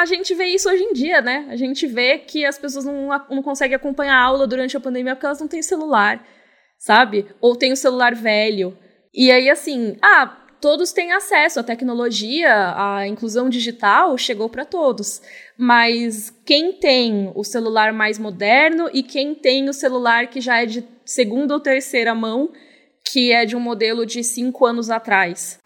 a gente vê isso hoje em dia, né? A gente vê que as pessoas não conseguem acompanhar a aula durante a pandemia porque elas não têm celular, sabe? Ou tem o celular velho. E aí, assim, todos têm acesso à tecnologia, a inclusão digital chegou para todos. Mas quem tem o celular mais moderno e quem tem o celular que já é de segunda ou terceira mão, que é de um modelo de 5 anos atrás?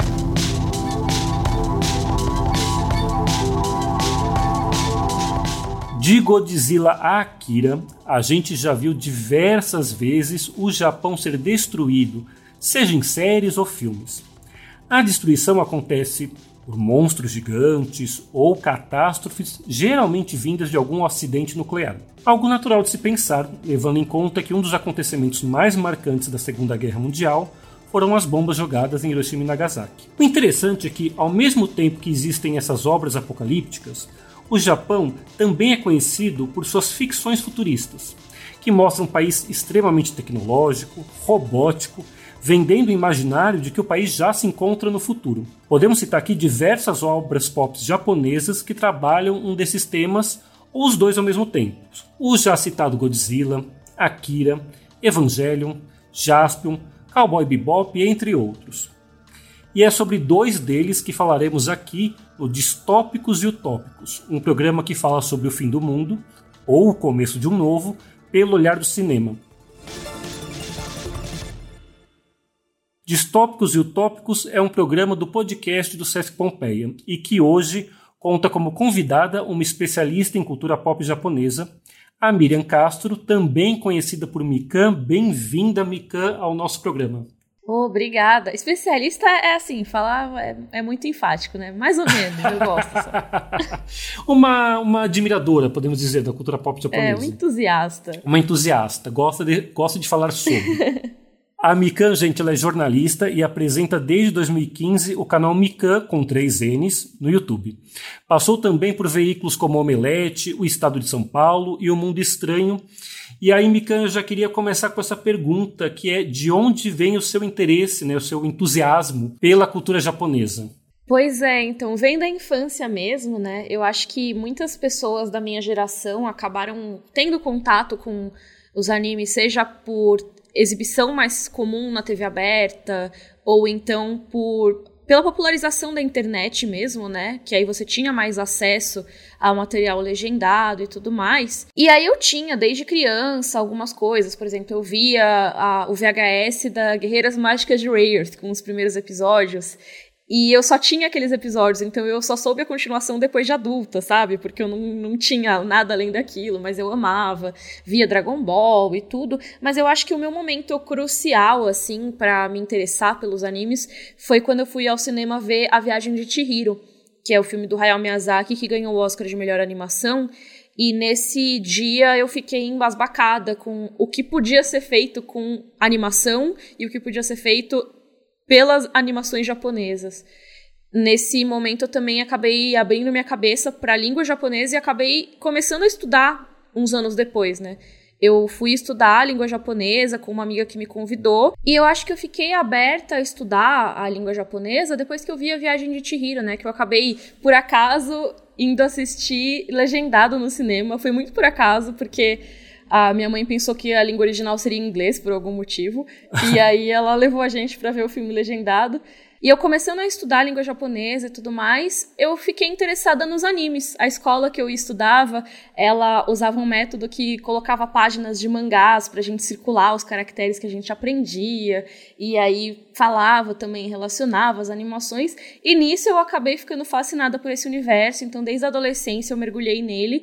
De Godzilla a Akira, a gente já viu diversas vezes o Japão ser destruído, seja em séries ou filmes. A destruição acontece por monstros gigantes ou catástrofes geralmente vindas de algum acidente nuclear. Algo natural de se pensar, levando em conta que um dos acontecimentos mais marcantes da Segunda Guerra Mundial foram as bombas jogadas em Hiroshima e Nagasaki. O interessante é que, ao mesmo tempo que existem essas obras apocalípticas, o Japão também é conhecido por suas ficções futuristas, que mostram um país extremamente tecnológico, robótico, vendendo o imaginário de que o país já se encontra no futuro. Podemos citar aqui diversas obras pop japonesas que trabalham um desses temas, ou os dois ao mesmo tempo. O já citado Godzilla, Akira, Evangelion, Jaspion, Cowboy Bebop, entre outros. E é sobre 2 deles que falaremos aqui no Distópicos e Utópicos, um programa que fala sobre o fim do mundo, ou o começo de um novo, pelo olhar do cinema. Distópicos e Utópicos é um programa do podcast do Sesc Pompeia e que hoje conta como convidada uma especialista em cultura pop japonesa, a Miriam Castro, também conhecida por Mikan. Bem-vinda, Mikan, ao nosso programa. Obrigada. Especialista é assim, falar é muito enfático, né? Mais ou menos, eu gosto só. Uma admiradora, podemos dizer, da cultura pop japonesa. Um entusiasta. Uma entusiasta, gosta de falar sobre. A Mikan, gente, ela é jornalista e apresenta desde 2015 o canal Mikan, com 3 N's, no YouTube. Passou também por veículos como Omelete, O Estado de São Paulo e O Mundo Estranho. E aí, Mikan, eu já queria começar com essa pergunta, que é de onde vem o seu interesse, né, o seu entusiasmo pela cultura japonesa? Pois é, então, vem da infância mesmo, né? Eu acho que muitas pessoas da minha geração acabaram tendo contato com os animes, seja por exibição mais comum na TV aberta, ou então pela popularização da internet mesmo, né? Que aí você tinha mais acesso ao material legendado e tudo mais. E aí eu tinha, desde criança, algumas coisas. Por exemplo, eu via o VHS da Guerreiras Mágicas de Rayearth, com os primeiros episódios. E eu só tinha aqueles episódios, então eu só soube a continuação depois de adulta, sabe? Porque eu não tinha nada além daquilo, mas eu amava, via Dragon Ball e tudo. Mas eu acho que o meu momento crucial, assim, pra me interessar pelos animes, foi quando eu fui ao cinema ver A Viagem de Chihiro, que é o filme do Hayao Miyazaki, que ganhou o Oscar de melhor animação. E nesse dia eu fiquei embasbacada com o que podia ser feito com animação e o que podia ser feito pelas animações japonesas. Nesse momento eu também acabei abrindo minha cabeça para a língua japonesa e acabei começando a estudar uns anos depois, né? Eu fui estudar a língua japonesa com uma amiga que me convidou e eu acho que eu fiquei aberta a estudar a língua japonesa depois que eu vi A Viagem de Chihiro, né? Que eu acabei, por acaso, indo assistir legendado no cinema. Foi muito por acaso, porque a minha mãe pensou que a língua original seria inglês por algum motivo. E aí ela levou a gente pra ver o filme legendado. E eu começando a estudar a língua japonesa e tudo mais, eu fiquei interessada nos animes. A escola que eu estudava, ela usava um método que colocava páginas de mangás pra gente circular os caracteres que a gente aprendia. E aí falava também, relacionava as animações. E nisso eu acabei ficando fascinada por esse universo. Então desde a adolescência eu mergulhei nele.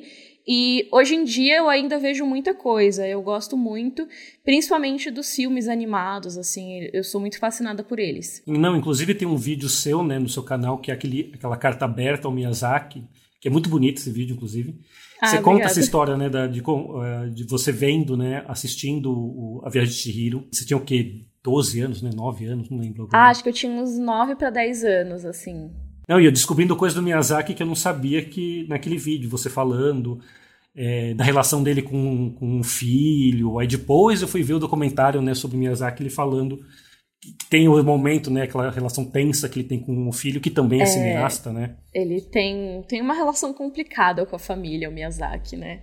E hoje em dia eu ainda vejo muita coisa, eu gosto muito, principalmente dos filmes animados, assim, eu sou muito fascinada por eles. Não, inclusive tem um vídeo seu, né, no seu canal, que é aquela carta aberta ao Miyazaki, que é muito bonito esse vídeo, inclusive. Você conta essa história, né, de você vendo, né, assistindo A Viagem de Chihiro. Você tinha o quê? 12 anos, né? 9 anos, não lembro agora. Acho que eu tinha uns 9 para 10 anos, assim. Não, e eu descobrindo coisas do Miyazaki que eu não sabia que naquele vídeo, você falando da relação dele com um filho. Aí depois eu fui ver o documentário, né, sobre o Miyazaki, ele falando tem o momento, né, aquela relação tensa que ele tem com o filho, que também é cineasta, né? Ele tem uma relação complicada com a família, o Miyazaki, né?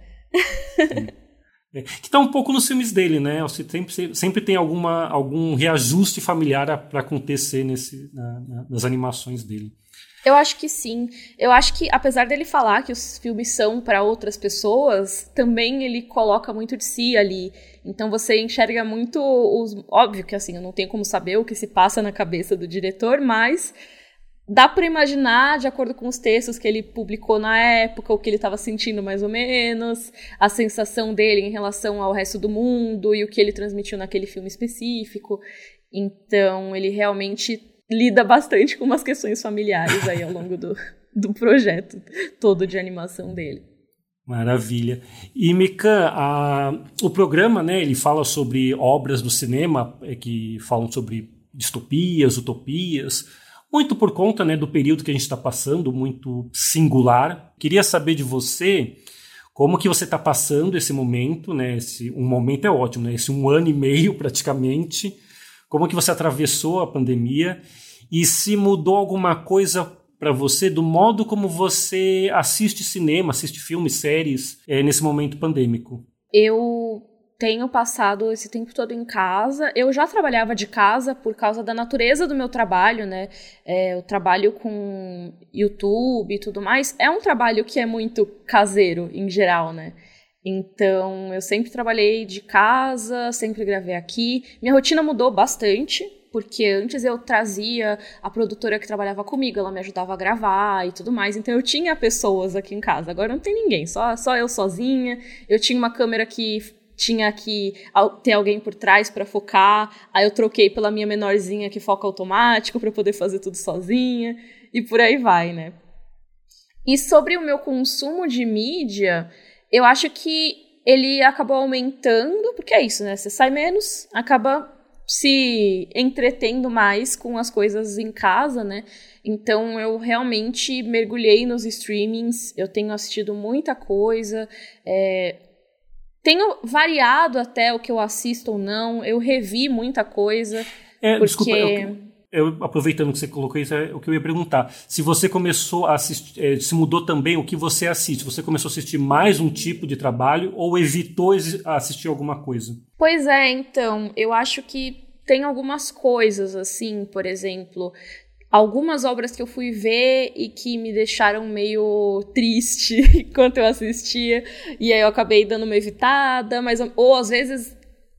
Que tá um pouco nos filmes dele, né? Sempre tem algum reajuste familiar para acontecer nas animações dele. Eu acho que sim. Eu acho que, apesar dele falar que os filmes são para outras pessoas, também ele coloca muito de si ali. Então você enxerga muito óbvio que, assim, eu não tenho como saber o que se passa na cabeça do diretor, mas dá para imaginar, de acordo com os textos que ele publicou na época, o que ele estava sentindo mais ou menos, a sensação dele em relação ao resto do mundo e o que ele transmitiu naquele filme específico. Então ele realmente lida bastante com umas questões familiares aí ao longo do projeto todo de animação dele. Maravilha. E, Mikan, o programa, né, ele fala sobre obras do cinema que falam sobre distopias, utopias, muito por conta, né, do período que a gente está passando, muito singular. Queria saber de você como que você está passando esse momento, né, um momento é ótimo, né, esse 1 ano e meio praticamente. Como que você atravessou a pandemia e se mudou alguma coisa para você do modo como você assiste cinema, assiste filmes, séries nesse momento pandêmico? Eu tenho passado esse tempo todo em casa. Eu já trabalhava de casa por causa da natureza do meu trabalho, né? Eu trabalho com YouTube e tudo mais. É um trabalho que é muito caseiro, em geral, né? Então, eu sempre trabalhei de casa, sempre gravei aqui. Minha rotina mudou bastante, porque antes eu trazia a produtora que trabalhava comigo, ela me ajudava a gravar e tudo mais. Então, eu tinha pessoas aqui em casa. Agora não tem ninguém, só eu sozinha. Eu tinha uma câmera que tinha que ter alguém por trás para focar. Aí eu troquei pela minha menorzinha que foca automático para poder fazer tudo sozinha. E por aí vai, né? E sobre o meu consumo de mídia, eu acho que ele acabou aumentando, porque é isso, né? Você sai menos, acaba se entretendo mais com as coisas em casa, né? Então eu realmente mergulhei nos streamings, eu tenho assistido muita coisa, tenho variado até o que eu assisto ou não, eu revi muita coisa. Desculpa, aproveitando que você colocou isso, é o que eu ia perguntar. Se você começou a assistir, se mudou também o que você assiste? Você começou a assistir mais um tipo de trabalho ou evitou assistir alguma coisa? Pois é, então, eu acho que tem algumas coisas, assim, por exemplo, algumas obras que eu fui ver e que me deixaram meio triste enquanto eu assistia, e aí eu acabei dando uma evitada, ou às vezes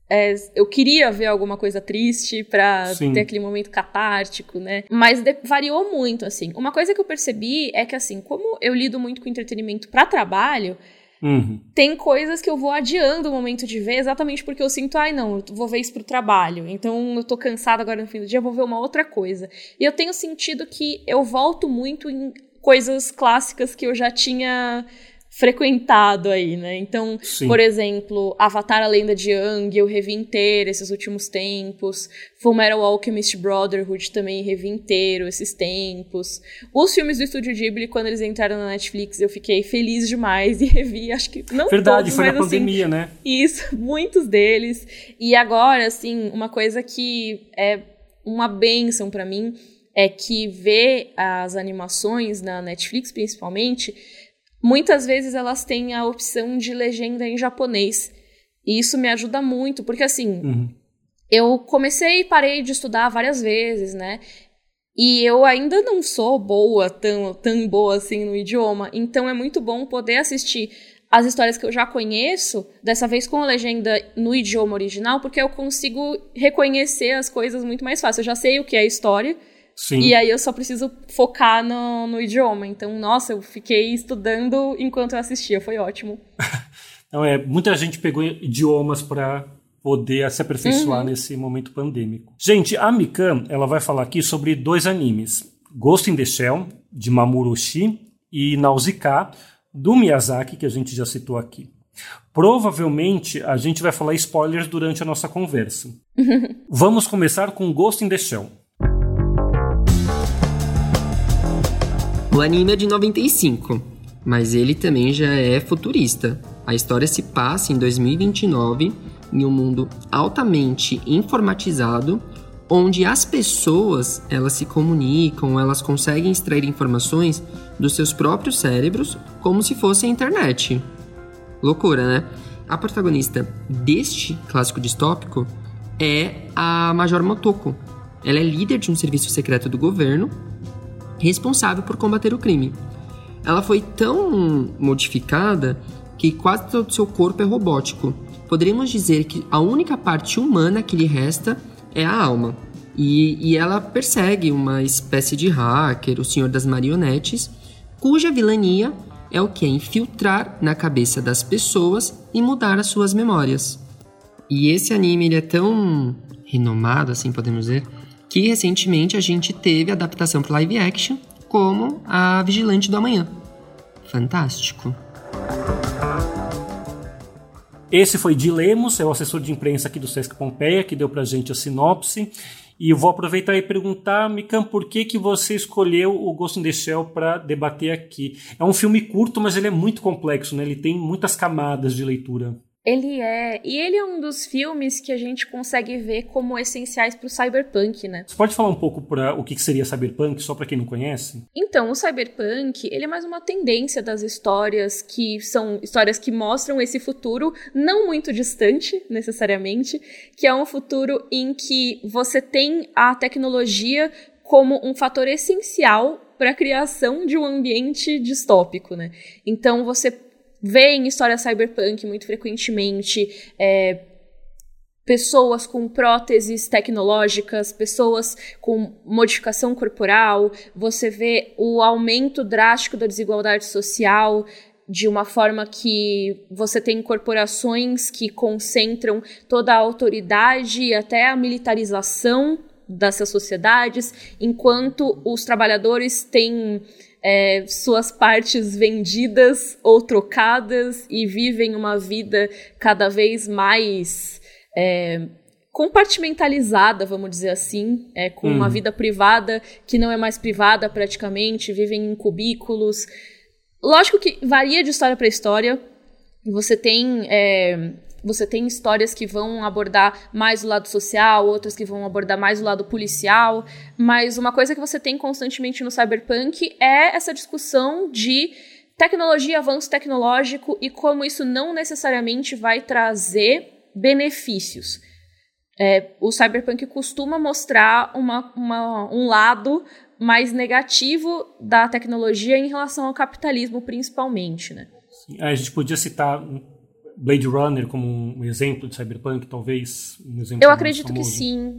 eu queria ver alguma coisa triste pra ter aquele momento catártico, né? Mas variou muito, assim. Uma coisa que eu percebi é que, assim, como eu lido muito com entretenimento pra trabalho, tem coisas que eu vou adiando o momento de ver exatamente porque eu sinto, não, eu vou ver isso pro trabalho. Então eu tô cansada agora no fim do dia, eu vou ver uma outra coisa. E eu tenho sentido que eu volto muito em coisas clássicas que eu já tinha frequentado aí, né? Então, por exemplo, Avatar, a Lenda de Aang, eu revi inteiro esses últimos tempos. Fullmetal Alchemist Brotherhood também revi inteiro esses tempos. Os filmes do Estúdio Ghibli, quando eles entraram na Netflix, eu fiquei feliz demais e revi, acho que não Verdade, todos, foi mas, na pandemia, né? Isso, muitos deles. E agora, assim, uma coisa que é uma bênção pra mim é que ver as animações na Netflix, principalmente, muitas vezes elas têm a opção de legenda em japonês. E isso me ajuda muito, porque assim, eu comecei e parei de estudar várias vezes, né? E eu ainda não sou boa, tão boa assim no idioma. Então é muito bom poder assistir as histórias que eu já conheço, dessa vez com a legenda no idioma original, porque eu consigo reconhecer as coisas muito mais fácil. Eu já sei o que é a história, e aí eu só preciso focar no idioma. Então, nossa, eu fiquei estudando enquanto eu assistia, foi ótimo. Então, muita gente pegou idiomas para poder se aperfeiçoar nesse momento pandêmico. Gente, a Mikan, ela vai falar aqui sobre 2 animes. Ghost in the Shell, de Mamoru Oshii, e Nausicaa, do Miyazaki, que a gente já citou aqui. Provavelmente, a gente vai falar spoilers durante a nossa conversa. Vamos começar com Ghost in the Shell. O anime é de 95, mas ele também já é futurista. A história se passa em 2029, em um mundo altamente informatizado, onde as pessoas, elas se comunicam, elas conseguem extrair informações dos seus próprios cérebros como se fosse a internet. Loucura, né? A protagonista deste clássico distópico é a Major Motoko. Ela é líder de um serviço secreto do governo, responsável por combater o crime. Ela foi tão modificada que quase todo o seu corpo é robótico. Poderíamos dizer que a única parte humana que lhe resta é a alma. E ela persegue uma espécie de hacker, o Senhor das Marionetes, cuja vilania é o que? Infiltrar na cabeça das pessoas e mudar as suas memórias. E esse anime ele é tão renomado, assim podemos dizer, que recentemente a gente teve adaptação para live action como a Vigilante do Amanhã. Fantástico. Esse foi Di Lemos, é o assessor de imprensa aqui do Sesc Pompeia, que deu pra gente a sinopse. E eu vou aproveitar e perguntar, Mikan, por que você escolheu o Ghost in the Shell para debater aqui? É um filme curto, mas ele é muito complexo, né? Ele tem muitas camadas de leitura. Ele é. E ele é um dos filmes que a gente consegue ver como essenciais pro cyberpunk, né? Você pode falar um pouco para o que seria cyberpunk, só para quem não conhece? Então, o cyberpunk, ele é mais uma tendência das histórias que são histórias que mostram esse futuro não muito distante, necessariamente, que é um futuro em que você tem a tecnologia como um fator essencial para a criação de um ambiente distópico, né? Então, você vê em história cyberpunk muito frequentemente pessoas com próteses tecnológicas, pessoas com modificação corporal, você vê o aumento drástico da desigualdade social, de uma forma que você tem corporações que concentram toda a autoridade e até a militarização dessas sociedades, enquanto os trabalhadores têm suas partes vendidas ou trocadas e vivem uma vida cada vez mais compartimentalizada, vamos dizer assim, com uma vida privada que não é mais privada praticamente, vivem em cubículos. Lógico que varia de história para história. Você tem histórias que vão abordar mais o lado social, outras que vão abordar mais o lado policial, mas uma coisa que você tem constantemente no cyberpunk é essa discussão de tecnologia, avanço tecnológico e como isso não necessariamente vai trazer benefícios. O cyberpunk costuma mostrar um lado mais negativo da tecnologia em relação ao capitalismo, principalmente, né? Sim, a gente podia citar Blade Runner como um exemplo de cyberpunk, talvez? Um exemplo eu acredito que sim.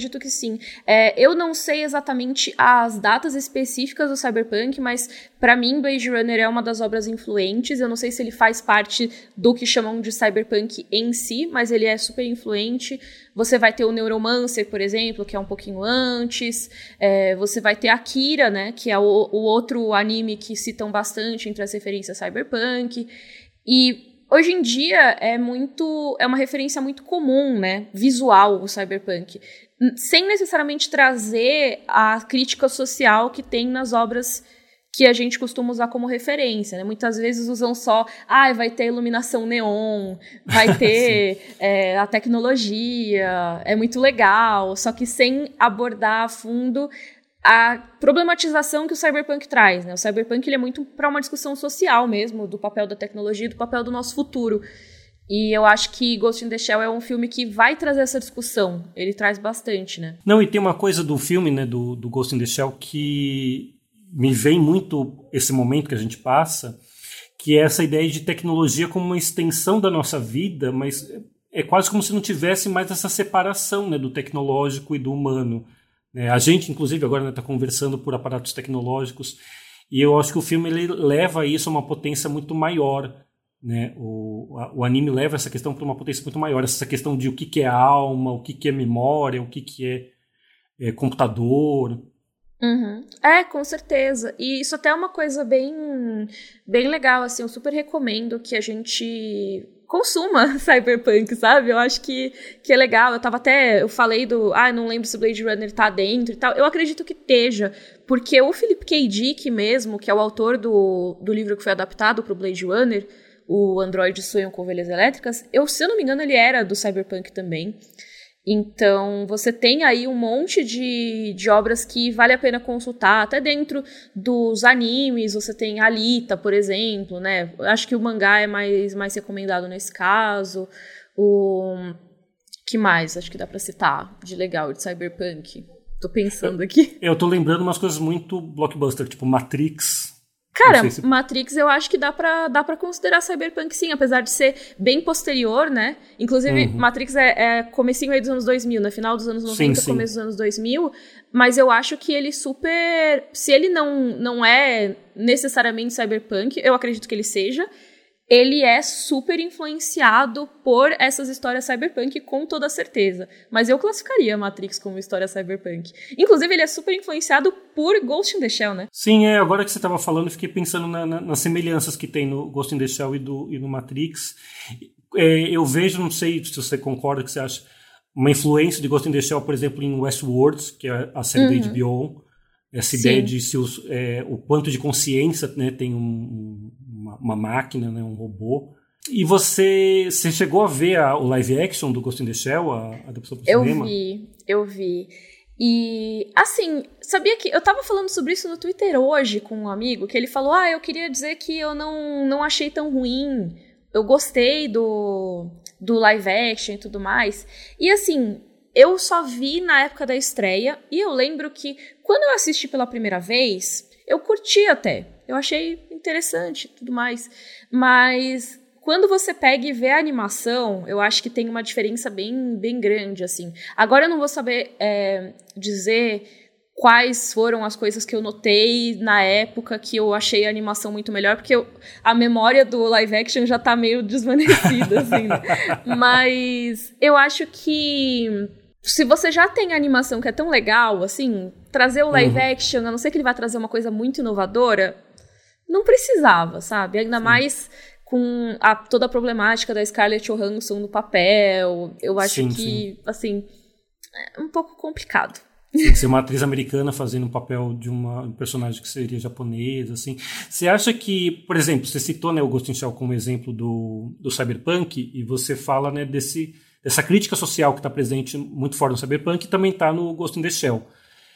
Eu não sei exatamente as datas específicas do cyberpunk, mas para mim Blade Runner é uma das obras influentes. Eu não sei se ele faz parte do que chamam de cyberpunk em si, mas ele é super influente. Você vai ter o Neuromancer, por exemplo, que é um pouquinho antes. Você vai ter Akira, né, que é o outro anime que citam bastante entre as referências cyberpunk. E hoje em dia é uma referência muito comum, né, visual, o cyberpunk, sem necessariamente trazer a crítica social que tem nas obras que a gente costuma usar como referência, né? Muitas vezes usam só, vai ter iluminação neon, vai ter a tecnologia, é muito legal, só que sem abordar a fundo a problematização que o cyberpunk traz, né? O cyberpunk ele é muito para uma discussão social mesmo, do papel da tecnologia, do papel do nosso futuro. E eu acho que Ghost in the Shell é um filme que vai trazer essa discussão. Ele traz bastante, né? Não, e tem uma coisa do filme, né, do Ghost in the Shell, que me vem muito esse momento que a gente passa, que é essa ideia de tecnologia como uma extensão da nossa vida, mas é quase como se não tivesse mais essa separação, né, do tecnológico e do humano. A gente, inclusive, agora está conversando por aparatos tecnológicos, e eu acho que o filme ele leva isso a uma potência muito maior, né? O anime leva essa questão para uma potência muito maior, essa questão de o que é alma, o que é memória, o que é computador. Uhum. Com certeza. E isso até é uma coisa bem, bem legal, assim, eu super recomendo que a gente consuma cyberpunk, sabe? Eu acho que é legal. Eu falei não lembro se o Blade Runner tá dentro e tal. Eu acredito que esteja, porque o Philip K. Dick mesmo, que é o autor do livro que foi adaptado pro Blade Runner, o Androides Sonham com Ovelhas Elétricas, se eu não me engano, ele era do cyberpunk também. Então, você tem aí um monte de obras que vale a pena consultar, até dentro dos animes, você tem Alita, por exemplo, né? Acho que o mangá é mais recomendado nesse caso. Que mais? Acho que dá pra citar de legal, de cyberpunk. Tô pensando aqui. Eu tô lembrando umas coisas muito blockbuster, tipo Matrix. Cara, Matrix eu acho que dá pra considerar cyberpunk sim, apesar de ser bem posterior, né? Inclusive, Matrix é comecinho aí dos anos 2000, né? Final dos anos 90, sim. Começo dos anos 2000. Mas eu acho que ele super... Se ele não é necessariamente cyberpunk, eu acredito que ele seja... Ele é super influenciado por essas histórias cyberpunk, com toda certeza. Mas eu classificaria Matrix como história cyberpunk. Inclusive, ele é super influenciado por Ghost in the Shell, né? Sim, agora que você estava falando, eu fiquei pensando nas semelhanças que tem no Ghost in the Shell e no Matrix. Eu vejo, não sei se você concorda, o que você acha, uma influência de Ghost in the Shell, por exemplo, em Westworld, que é a série da HBO. Essa ideia de o quanto de consciência, né, tem uma máquina, né, um robô. E você chegou a ver o live action do Ghost in the Shell, a adaptação pro cinema? Eu vi. E, assim, sabia que... Eu tava falando sobre isso no Twitter hoje com um amigo, que ele falou, eu queria dizer que eu não achei tão ruim. Eu gostei do live action e tudo mais. E, assim... Eu só vi na época da estreia, e eu lembro que, quando eu assisti pela primeira vez, eu curti até. Eu achei interessante e tudo mais. Mas, quando você pega e vê a animação, eu acho que tem uma diferença bem, bem grande, assim. Agora eu não vou saber dizer quais foram as coisas que eu notei na época que eu achei a animação muito melhor, porque a memória do live action já tá meio desvanecida, assim. Mas eu acho que... Se você já tem a animação que é tão legal, assim, trazer o live action, a não ser que ele vá trazer uma coisa muito inovadora, não precisava, sabe? Ainda mais com toda a problemática da Scarlett Johansson no papel. Eu acho que, assim, é um pouco complicado. Tem que ser uma atriz americana fazendo um papel de um personagem que seria japonês, assim. Você acha que, por exemplo, você citou, né, o Ghost in the Shell como exemplo do cyberpunk, e você fala, né, dessa crítica social que está presente muito forte no cyberpunk e também está no Ghost in the Shell.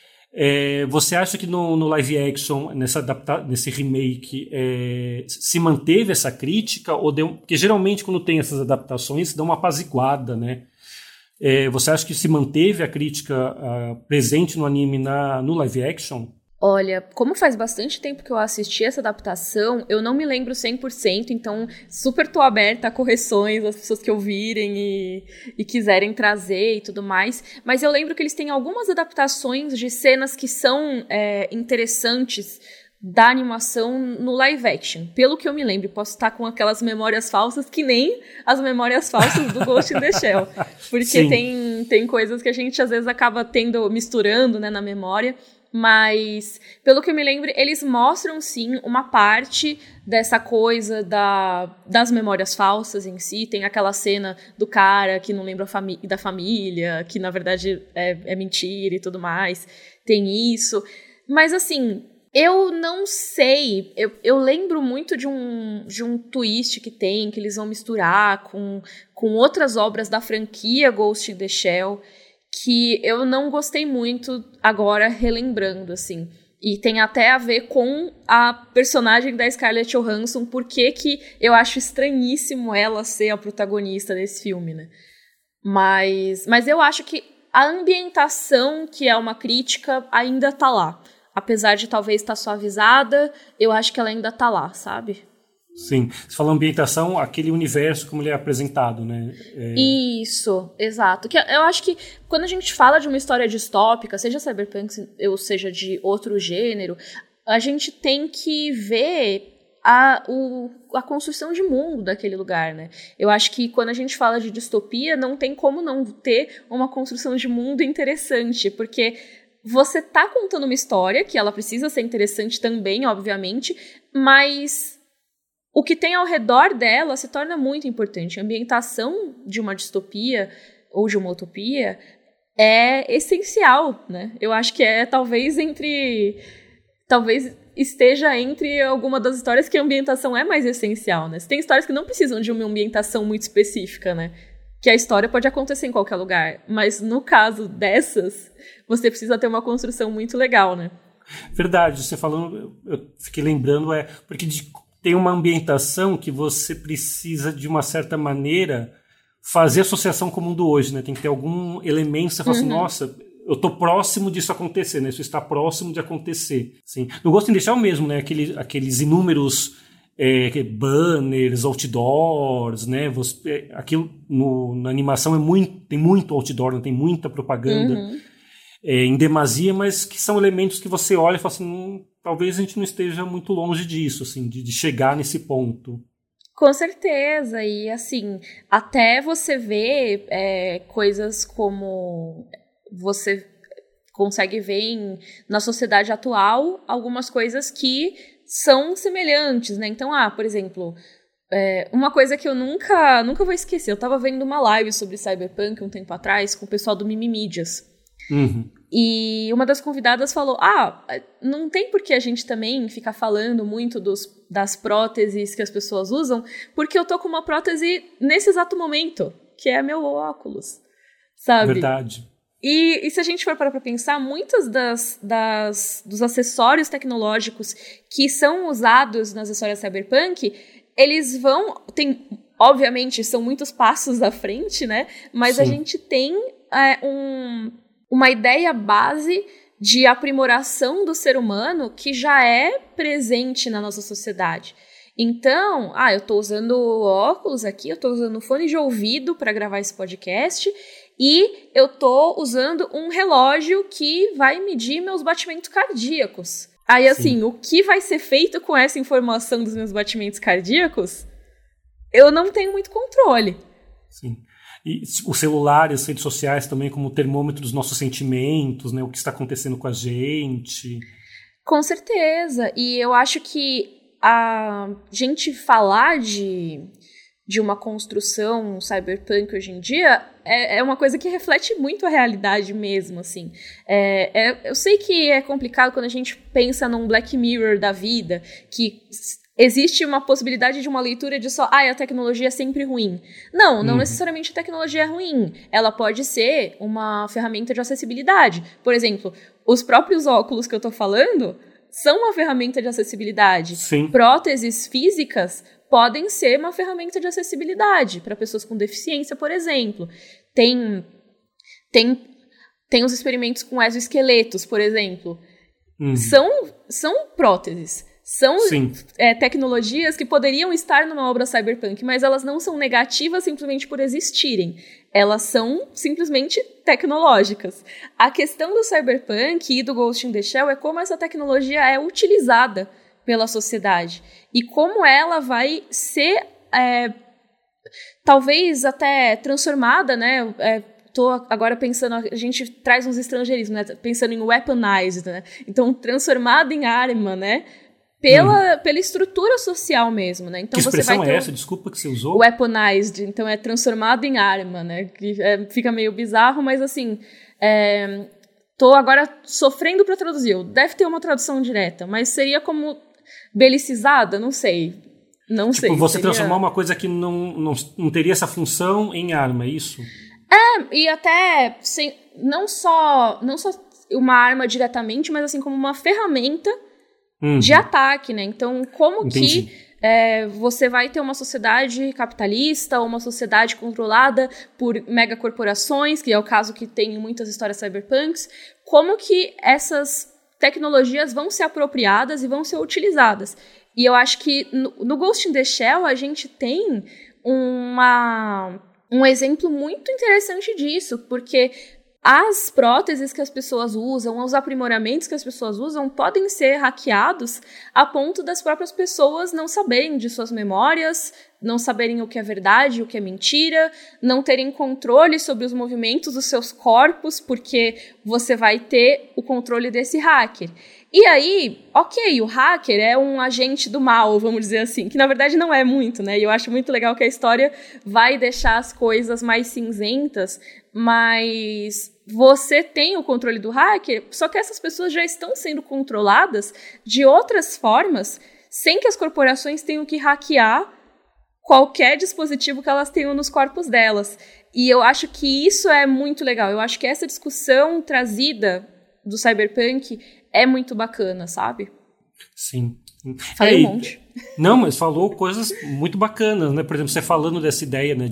Você acha que no live action, nesse remake, se manteve essa crítica? Porque geralmente quando tem essas adaptações, dá uma apaziguada, né? Você acha que se manteve a crítica presente no anime no live action? Olha, como faz bastante tempo que eu assisti essa adaptação, eu não me lembro 100%, então super tô aberta a correções, as pessoas que ouvirem e quiserem trazer e tudo mais. Mas eu lembro que eles têm algumas adaptações de cenas que são interessantes da animação no live action. Pelo que eu me lembro, posso estar com aquelas memórias falsas que nem as memórias falsas do Ghost in the Shell. Porque tem coisas que a gente às vezes acaba misturando, né, na memória. Mas, pelo que eu me lembro, eles mostram, sim, uma parte dessa coisa das memórias falsas em si. Tem aquela cena do cara que não lembra da família, que, na verdade, é mentira e tudo mais. Tem isso. Mas, assim, eu não sei. Eu lembro muito de um twist que eles vão misturar com outras obras da franquia Ghost in the Shell, que eu não gostei muito agora relembrando, assim. E tem até a ver com a personagem da Scarlett Johansson, porque que eu acho estranhíssimo ela ser a protagonista desse filme, né? Mas eu acho que a ambientação, que é uma crítica, ainda tá lá. Apesar de talvez estar suavizada, eu acho que ela ainda tá lá, sabe? Sim. Você fala ambientação, aquele universo como ele é apresentado, né? Isso, exato. Que eu acho que quando a gente fala de uma história distópica, seja cyberpunk ou seja de outro gênero, a gente tem que ver a construção de mundo daquele lugar, né? Eu acho que quando a gente fala de distopia, não tem como não ter uma construção de mundo interessante, porque você tá contando uma história que ela precisa ser interessante também, obviamente, mas o que tem ao redor dela se torna muito importante. A ambientação de uma distopia ou de uma utopia é essencial, né? Eu acho que talvez esteja entre alguma das histórias que a ambientação é mais essencial, né? Você tem histórias que não precisam de uma ambientação muito específica, né? que a história pode acontecer em qualquer lugar. Mas no caso dessas, você precisa ter uma construção muito legal, né? Verdade, você falando, eu fiquei lembrando, porque tem uma ambientação que você precisa, de uma certa maneira, fazer associação com o mundo hoje, né? Tem que ter algum elemento que você fala assim, nossa, eu tô próximo disso acontecer, né? Isso está próximo de acontecer. Assim, no Ghost in the Shell mesmo, né? Aqueles inúmeros banners, outdoors, né? Aquilo na animação tem muito outdoor, né? Tem muita propaganda em demasia, mas que são elementos que você olha e fala assim, talvez a gente não esteja muito longe disso, assim, de chegar nesse ponto. Com certeza, e assim, até você vê coisas como você consegue ver na sociedade atual algumas coisas que são semelhantes, né? Então, por exemplo, uma coisa que eu nunca vou esquecer, eu tava vendo uma live sobre Cyberpunk um tempo atrás com o pessoal do Mimimídias. E uma das convidadas falou, não tem por que a gente também ficar falando muito das próteses que as pessoas usam, porque eu tô com uma prótese nesse exato momento, que é meu óculos, sabe? Verdade. E se a gente for parar pra pensar, muitos dos acessórios tecnológicos que são usados nas histórias cyberpunk, eles obviamente, são muitos passos à frente, né? Mas Sim. A gente tem uma ideia base de aprimoração do ser humano que já é presente na nossa sociedade. Então, eu tô usando óculos aqui, eu tô usando fone de ouvido para gravar esse podcast e eu tô usando um relógio que vai medir meus batimentos cardíacos. Aí, assim, Sim. O que vai ser feito com essa informação dos meus batimentos cardíacos, eu não tenho muito controle. Sim. E o celular e as redes sociais também como termômetro dos nossos sentimentos, né? O que está acontecendo com a gente. Com certeza. E eu acho que a gente falar de uma construção cyberpunk hoje em dia é uma coisa que reflete muito a realidade mesmo, assim. Eu sei que é complicado quando a gente pensa num Black Mirror da vida, que existe uma possibilidade de uma leitura de só, a tecnologia é sempre ruim. Não necessariamente a tecnologia é ruim. Ela pode ser uma ferramenta de acessibilidade. Por exemplo, os próprios óculos que eu tô falando são uma ferramenta de acessibilidade. Sim. Próteses físicas podem ser uma ferramenta de acessibilidade para pessoas com deficiência, por exemplo. Tem os experimentos com exoesqueletos, por exemplo. São próteses. São tecnologias que poderiam estar numa obra cyberpunk, mas elas não são negativas simplesmente por existirem. Elas são simplesmente tecnológicas. A questão do cyberpunk e do Ghost in the Shell é como essa tecnologia é utilizada pela sociedade. E como ela vai ser, talvez até transformada, né? Tô agora pensando, a gente traz uns estrangeirismos, né? Pensando em weaponized, né? Então, transformada em arma, né? Pela estrutura social mesmo, né? Então, que expressão é essa? Desculpa que você usou. Weaponized, então é transformado em arma, né? Que fica meio bizarro, mas assim, tô agora sofrendo para traduzir. Deve ter uma tradução direta, mas seria como belicizada? Não sei. Não sei. Você transformar uma coisa que não teria essa função em arma, é isso? E até não só uma arma diretamente, mas assim como uma ferramenta de ataque, né? Então, como que você vai ter uma sociedade capitalista ou uma sociedade controlada por megacorporações, que é o caso que tem em muitas histórias cyberpunks, como que essas tecnologias vão ser apropriadas e vão ser utilizadas. E eu acho que no Ghost in the Shell a gente tem um exemplo muito interessante disso, porque as próteses que as pessoas usam, os aprimoramentos que as pessoas usam podem ser hackeados a ponto das próprias pessoas não saberem de suas memórias, não saberem o que é verdade, o que é mentira, não terem controle sobre os movimentos dos seus corpos, porque você vai ter o controle desse hacker. E aí, o hacker é um agente do mal, vamos dizer assim, que na verdade não é muito, né? E eu acho muito legal que a história vai deixar as coisas mais cinzentas, mas você tem o controle do hacker, só que essas pessoas já estão sendo controladas de outras formas, sem que as corporações tenham que hackear qualquer dispositivo que elas tenham nos corpos delas. E eu acho que isso é muito legal. Eu acho que essa discussão trazida do cyberpunk é muito bacana, sabe? Sim. Falei um monte. Não, mas falou coisas muito bacanas, né? Por exemplo, você falando dessa ideia, né,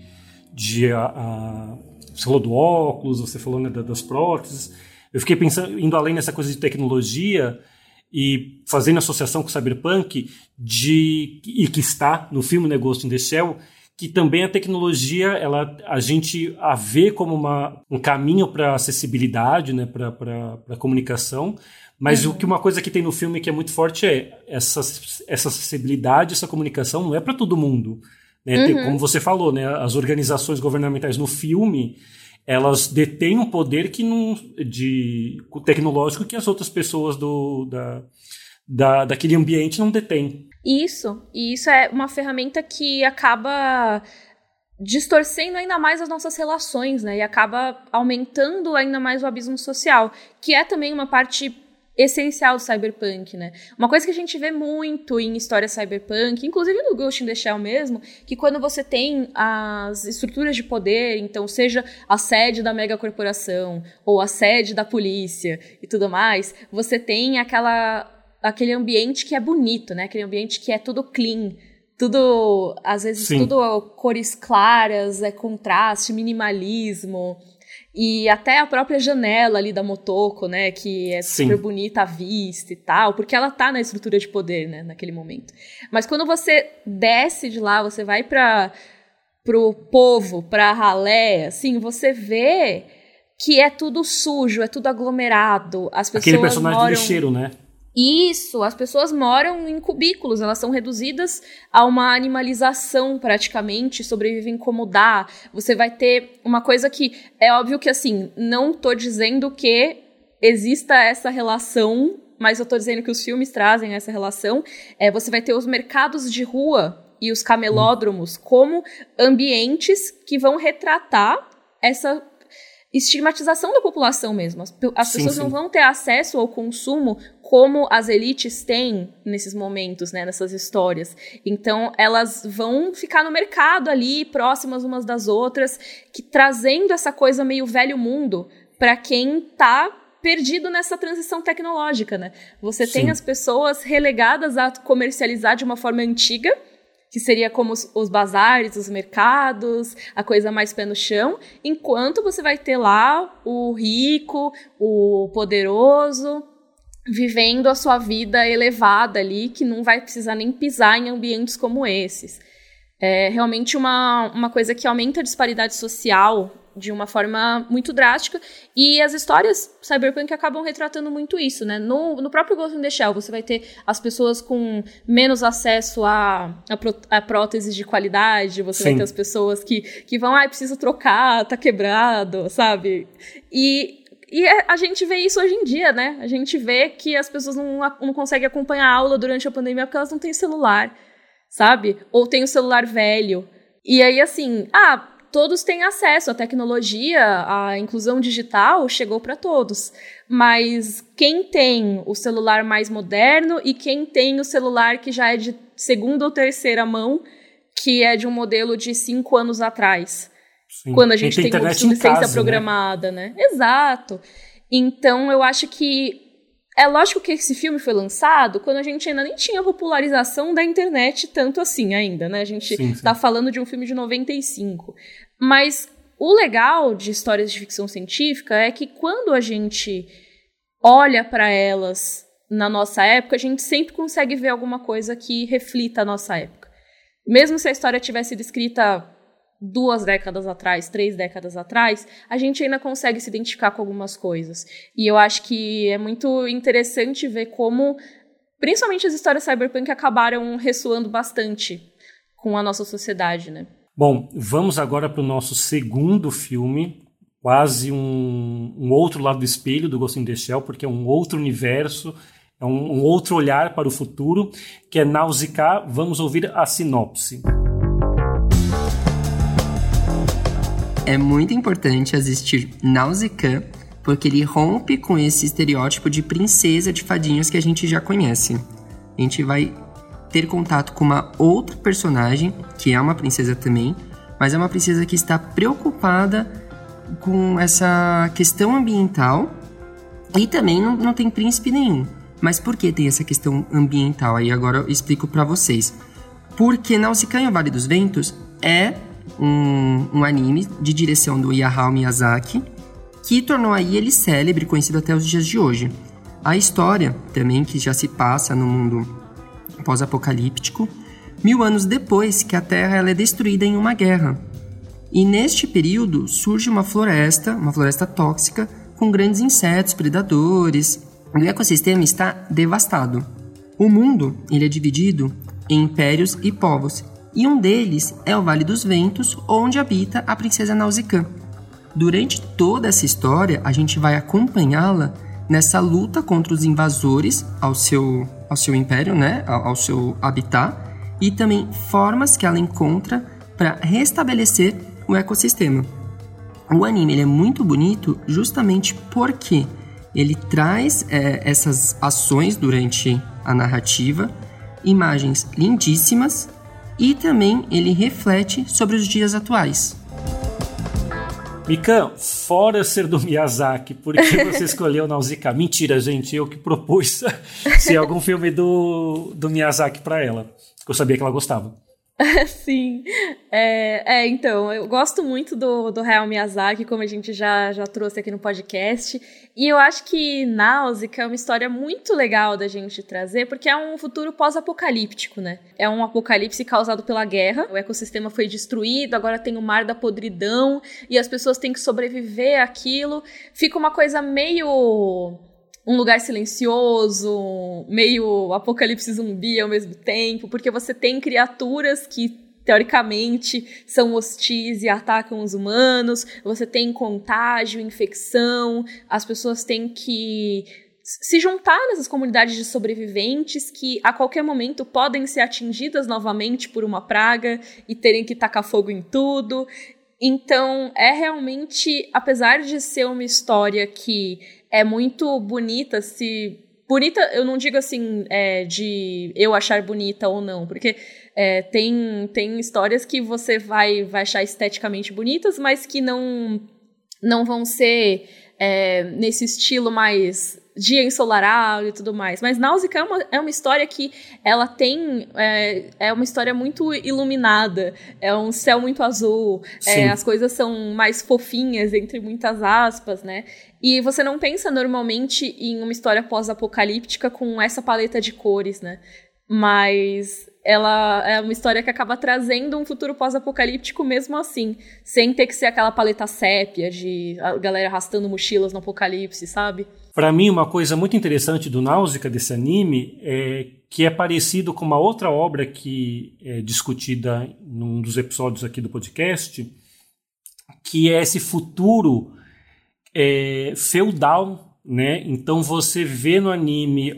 você falou do óculos, você falou, né, das próteses. Eu fiquei pensando, indo além nessa coisa de tecnologia e fazendo associação com o cyberpunk, e que está no filme, né, Ghost in the Shell, que também a tecnologia, a gente a vê como um caminho para acessibilidade, né, para comunicação, mas uma coisa que tem no filme que é muito forte é essa acessibilidade, essa comunicação não é para todo mundo, né? Como você falou, né, as organizações governamentais no filme, elas detêm um poder tecnológico que as outras pessoas daquele ambiente não detêm. Isso é uma ferramenta que acaba distorcendo ainda mais as nossas relações, né? E acaba aumentando ainda mais o abismo social, que é também uma parte essencial do cyberpunk, né? Uma coisa que a gente vê muito em história cyberpunk, inclusive no Ghost in the Shell mesmo, que quando você tem as estruturas de poder, então seja a sede da megacorporação ou a sede da polícia e tudo mais, você tem aquele ambiente que é bonito, né? Aquele ambiente que é tudo clean, tudo, às vezes, Sim. tudo cores claras, contraste, minimalismo. E até a própria janela ali da Motoko, né, que é super bonita à vista e tal, porque ela tá na estrutura de poder, né, naquele momento. Mas quando você desce de lá, você vai pro povo, pra ralé, assim, você vê que é tudo sujo, é tudo aglomerado. As pessoas aquele personagem de lixeiro, né? Isso, as pessoas moram em cubículos, elas são reduzidas a uma animalização praticamente, sobrevivem como dá. Você vai ter uma coisa que é óbvio que, assim, não tô dizendo que exista essa relação, mas eu tô dizendo que os filmes trazem essa relação. Você vai ter os mercados de rua e os camelódromos como ambientes que vão retratar essa estigmatização da população mesmo. As pessoas não vão ter acesso ao consumo como as elites têm nesses momentos, né, nessas histórias. Então, elas vão ficar no mercado ali, próximas umas das outras, trazendo essa coisa meio velho mundo para quem tá perdido nessa transição tecnológica, né? Você tem as pessoas relegadas a comercializar de uma forma antiga, que seria como os bazares, os mercados, a coisa mais pé no chão, enquanto você vai ter lá o rico, o poderoso, vivendo a sua vida elevada ali, que não vai precisar nem pisar em ambientes como esses. É realmente uma coisa que aumenta a disparidade social de uma forma muito drástica, e as histórias cyberpunk acabam retratando muito isso, né? No próprio Ghost in the Shell, você vai ter as pessoas com menos acesso a próteses de qualidade, você vai ter as pessoas que vão, preciso trocar, tá quebrado, sabe? E a gente vê isso hoje em dia, né? A gente vê que as pessoas não conseguem acompanhar a aula durante a pandemia porque elas não têm celular, sabe? Ou tem o celular velho. E aí, assim, todos têm acesso à tecnologia, a inclusão digital chegou para todos. Mas quem tem o celular mais moderno e quem tem o celular que já é de segunda ou terceira mão, que é de um modelo de 5 anos atrás. Sim. Quando a gente tem obsolescência programada, né? Exato. Então, eu acho que é lógico que esse filme foi lançado quando a gente ainda nem tinha popularização da internet tanto assim ainda, né? A gente tá falando de um filme de 95. Mas o legal de histórias de ficção científica é que quando a gente olha para elas na nossa época, a gente sempre consegue ver alguma coisa que reflita a nossa época. Mesmo se a história tivesse sido escrita 2 décadas atrás, 3 décadas atrás, a gente ainda consegue se identificar com algumas coisas. E eu acho que é muito interessante ver como, principalmente as histórias cyberpunk, acabaram ressoando bastante com a nossa sociedade, né? Bom, vamos agora para o nosso segundo filme, quase um outro lado do espelho do Ghost in the Shell, porque é um outro universo, é um outro olhar para o futuro, que é Nausicaa. Vamos ouvir a sinopse. É muito importante assistir Nausicaa, porque ele rompe com esse estereótipo de princesa de fadinhas que a gente já conhece. A gente vai ter contato com uma outra personagem, que é uma princesa também, mas é uma princesa que está preocupada com essa questão ambiental e também não tem príncipe nenhum. Mas por que tem essa questão ambiental? Aí agora eu explico para vocês. Porque Nausicaa e o Vale dos Ventos é um anime de direção do Hayao Miyazaki, que tornou aí ele célebre, conhecido até os dias de hoje. A história também, que já se passa no mundo pós-apocalíptico, 1000 anos depois que a Terra ela é destruída em uma guerra. E neste período surge uma floresta tóxica, com grandes insetos, predadores. O ecossistema está devastado. O mundo ele é dividido em impérios e povos, e um deles é o Vale dos Ventos, onde habita a princesa Nausicaa. Durante toda essa história, a gente vai acompanhá-la nessa luta contra os invasores ao seu império, né? Ao seu habitat, e também formas que ela encontra para restabelecer o ecossistema. O anime ele é muito bonito justamente porque ele traz essas ações durante a narrativa, imagens lindíssimas, e também ele reflete sobre os dias atuais. Mikan, fora ser do Miyazaki, por que você escolheu Nausicaa? Mentira, gente, eu que propus ser algum filme do Miyazaki para ela. Eu sabia que ela gostava. Sim, então, eu gosto muito do Hayao Miyazaki, como a gente já trouxe aqui no podcast, e eu acho que Nausicaa é uma história muito legal da gente trazer, porque é um futuro pós-apocalíptico, né? É um apocalipse causado pela guerra, o ecossistema foi destruído, agora tem o mar da podridão, e as pessoas têm que sobreviver àquilo, fica uma coisa meio... um lugar silencioso, meio apocalipse zumbi ao mesmo tempo, porque você tem criaturas que, teoricamente, são hostis e atacam os humanos, você tem contágio, infecção, as pessoas têm que se juntar nessas comunidades de sobreviventes que, a qualquer momento, podem ser atingidas novamente por uma praga e terem que tacar fogo em tudo. Então, é realmente, apesar de ser uma história que é muito bonita, bonita, eu não digo assim, de eu achar bonita ou não, porque tem histórias que você vai achar esteticamente bonitas, mas que não vão ser nesse estilo mais dia ensolarado e tudo mais. Mas Nausicaa é uma história que ela tem... É uma história muito iluminada. É um céu muito azul. As coisas são mais fofinhas, entre muitas aspas, né? E você não pensa normalmente em uma história pós-apocalíptica com essa paleta de cores, né? Mas ela é uma história que acaba trazendo um futuro pós-apocalíptico mesmo assim, sem ter que ser aquela paleta sépia de a galera arrastando mochilas no apocalipse, sabe? Para mim, uma coisa muito interessante do Nausicaa, desse anime, é que é parecido com uma outra obra que é discutida num dos episódios aqui do podcast, que é esse futuro feudal, né? Então você vê no anime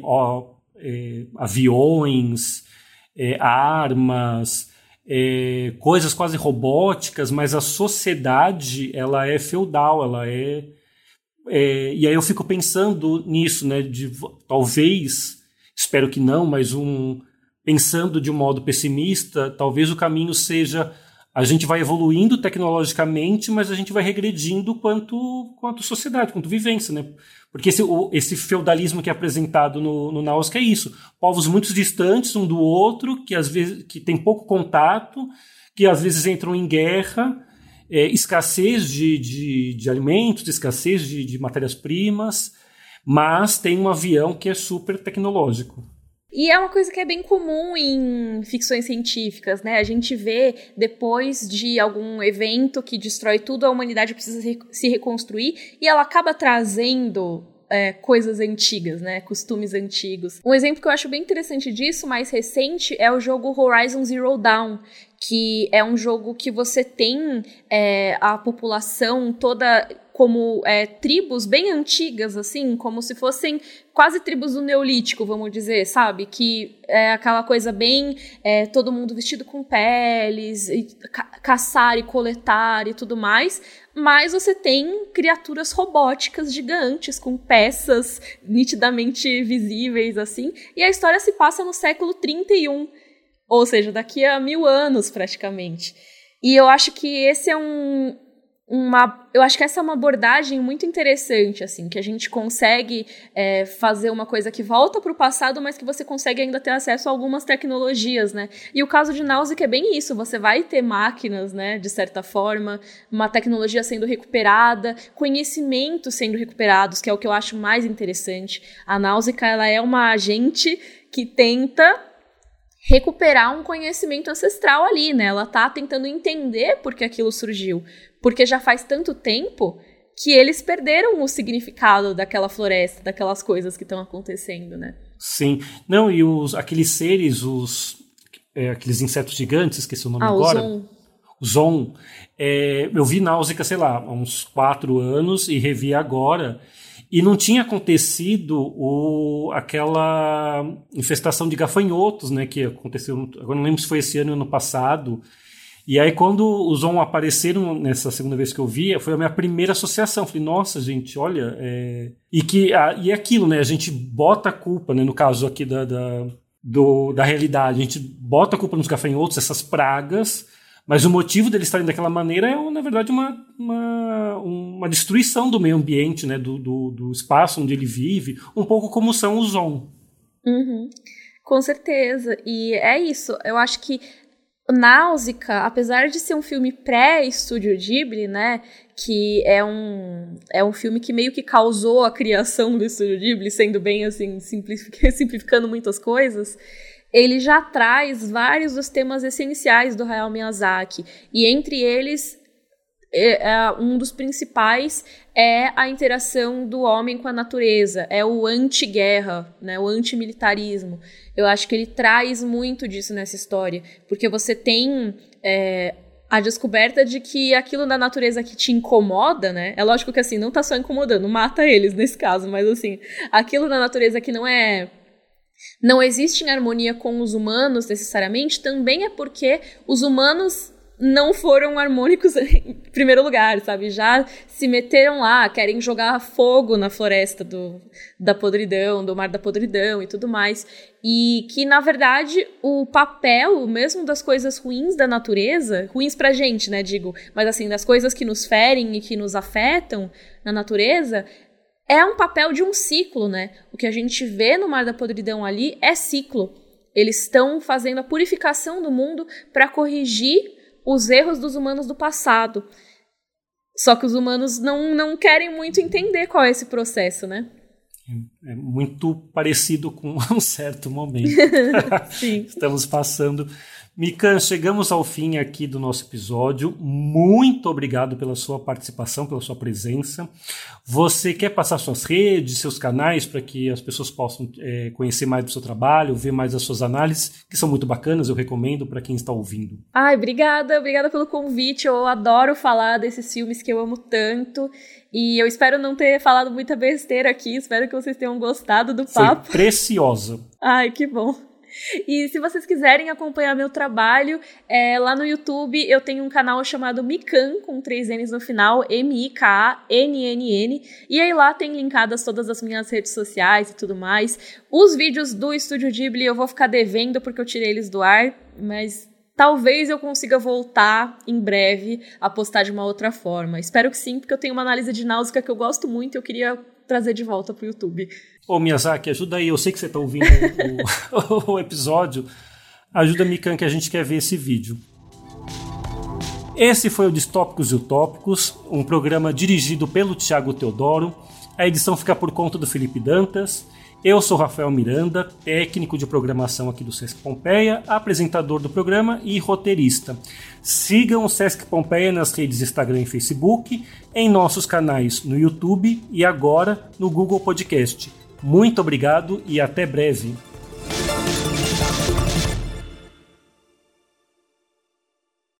aviões, armas, coisas quase robóticas, mas a sociedade ela é feudal, ela e aí eu fico pensando nisso, né? Talvez, espero que não, mas pensando de um modo pessimista, talvez o caminho seja a gente vai evoluindo tecnologicamente, mas a gente vai regredindo quanto sociedade, quanto vivência, né? Porque esse feudalismo que é apresentado no Nausicaa é isso. Povos muito distantes um do outro, que às vezes que tem pouco contato, que às vezes entram em guerra, escassez de alimentos, escassez de matérias-primas, mas tem um avião que é super tecnológico. E é uma coisa que é bem comum em ficções científicas, né? A gente vê, depois de algum evento que destrói tudo, a humanidade precisa se reconstruir e ela acaba trazendo coisas antigas, né? Costumes antigos. Um exemplo que eu acho bem interessante disso, mais recente, é o jogo Horizon Zero Dawn, que é um jogo que você tem a população toda como tribos bem antigas, assim, como se fossem quase tribos do Neolítico, vamos dizer, sabe? Que é aquela coisa bem todo mundo vestido com peles, e caçar e coletar e tudo mais, mas você tem criaturas robóticas gigantes, com peças nitidamente visíveis, assim, e a história se passa no século 31, ou seja, daqui a 1000 anos, praticamente. E eu acho que esse é eu acho que essa é uma abordagem muito interessante, assim, que a gente consegue fazer uma coisa que volta para o passado, mas que você consegue ainda ter acesso a algumas tecnologias, né? E o caso de Náusea é bem isso, você vai ter máquinas, né, de certa forma, uma tecnologia sendo recuperada, conhecimentos sendo recuperados, que é o que eu acho mais interessante. A Náusea, ela é uma agente que tenta recuperar um conhecimento ancestral ali, né? Ela tá tentando entender por que aquilo surgiu. Porque já faz tanto tempo que eles perderam o significado daquela floresta, daquelas coisas que estão acontecendo, né? Sim. Não, e aqueles seres, aqueles insetos gigantes, esqueci o nome agora. O Zon. Eu vi Náusea, sei lá, há uns 4 anos e revi agora. E não tinha acontecido aquela infestação de gafanhotos, né, que aconteceu, agora não lembro se foi esse ano ou ano passado. E aí quando os Zon apareceram nessa segunda vez que eu vi, foi a minha primeira associação. Falei, nossa, gente, olha... E é aquilo, né, a gente bota a culpa, né, no caso aqui da realidade, a gente bota a culpa nos gafanhotos, essas pragas... Mas o motivo deles estarem daquela maneira é, na verdade, uma destruição do meio ambiente, né, do espaço onde ele vive, um pouco como são os Zon. Uhum. Com certeza. E é isso. Eu acho que Náusea, apesar de ser um filme pré-Estúdio Ghibli, né, que é um filme que meio que causou a criação do Estúdio Ghibli, sendo bem assim, simplificando muitas coisas, ele já traz vários dos temas essenciais do Hayao Miyazaki. E entre eles, um dos principais é a interação do homem com a natureza, é o anti-guerra, né, o antimilitarismo. Eu acho que ele traz muito disso nessa história, porque você tem a descoberta de que aquilo da natureza que te incomoda, né, é lógico que assim, não tá só incomodando, mata eles nesse caso, mas assim, aquilo da natureza que não existe em harmonia com os humanos, necessariamente, também é porque os humanos não foram harmônicos em primeiro lugar, sabe? Já se meteram lá, querem jogar fogo na floresta da podridão, do mar da podridão e tudo mais. E que, na verdade, o papel mesmo das coisas ruins da natureza, ruins pra gente, né, digo, mas assim, das coisas que nos ferem e que nos afetam na natureza... É um papel de um ciclo, né? O que a gente vê no Mar da Podridão ali é ciclo. Eles estão fazendo a purificação do mundo para corrigir os erros dos humanos do passado. Só que os humanos não querem muito entender qual é esse processo, né? É muito parecido com um certo momento. Sim. Estamos passando... Mikan, chegamos ao fim aqui do nosso episódio. Muito obrigado pela sua participação, pela sua presença. Você quer passar suas redes, seus canais, para que as pessoas possam conhecer mais do seu trabalho, ver mais as suas análises, que são muito bacanas, eu recomendo para quem está ouvindo. Ai, obrigada pelo convite. Eu adoro falar desses filmes que eu amo tanto. E eu espero não ter falado muita besteira aqui. Espero que vocês tenham gostado do papo. Foi preciosa. Ai, que bom. E se vocês quiserem acompanhar meu trabalho, lá no YouTube eu tenho um canal chamado Mikan, com 3 N's no final, MIKANNN, e aí lá tem linkadas todas as minhas redes sociais e tudo mais. Os vídeos do Estúdio Ghibli eu vou ficar devendo porque eu tirei eles do ar, mas talvez eu consiga voltar em breve a postar de uma outra forma. Espero que sim, porque eu tenho uma análise de Náusea que eu gosto muito e eu queria trazer de volta pro YouTube. Ô Miyazaki, ajuda aí, eu sei que você está ouvindo o episódio, ajuda a Mikan que a gente quer ver esse vídeo. Esse foi o Distópicos e Utópicos, um programa dirigido pelo Thiago Teodoro, a edição fica por conta do Felipe Dantas, eu sou Rafael Miranda, técnico de programação aqui do Sesc Pompeia, apresentador do programa e roteirista. Sigam o Sesc Pompeia nas redes Instagram e Facebook, em nossos canais no YouTube e agora no Google Podcast. Muito obrigado e até breve.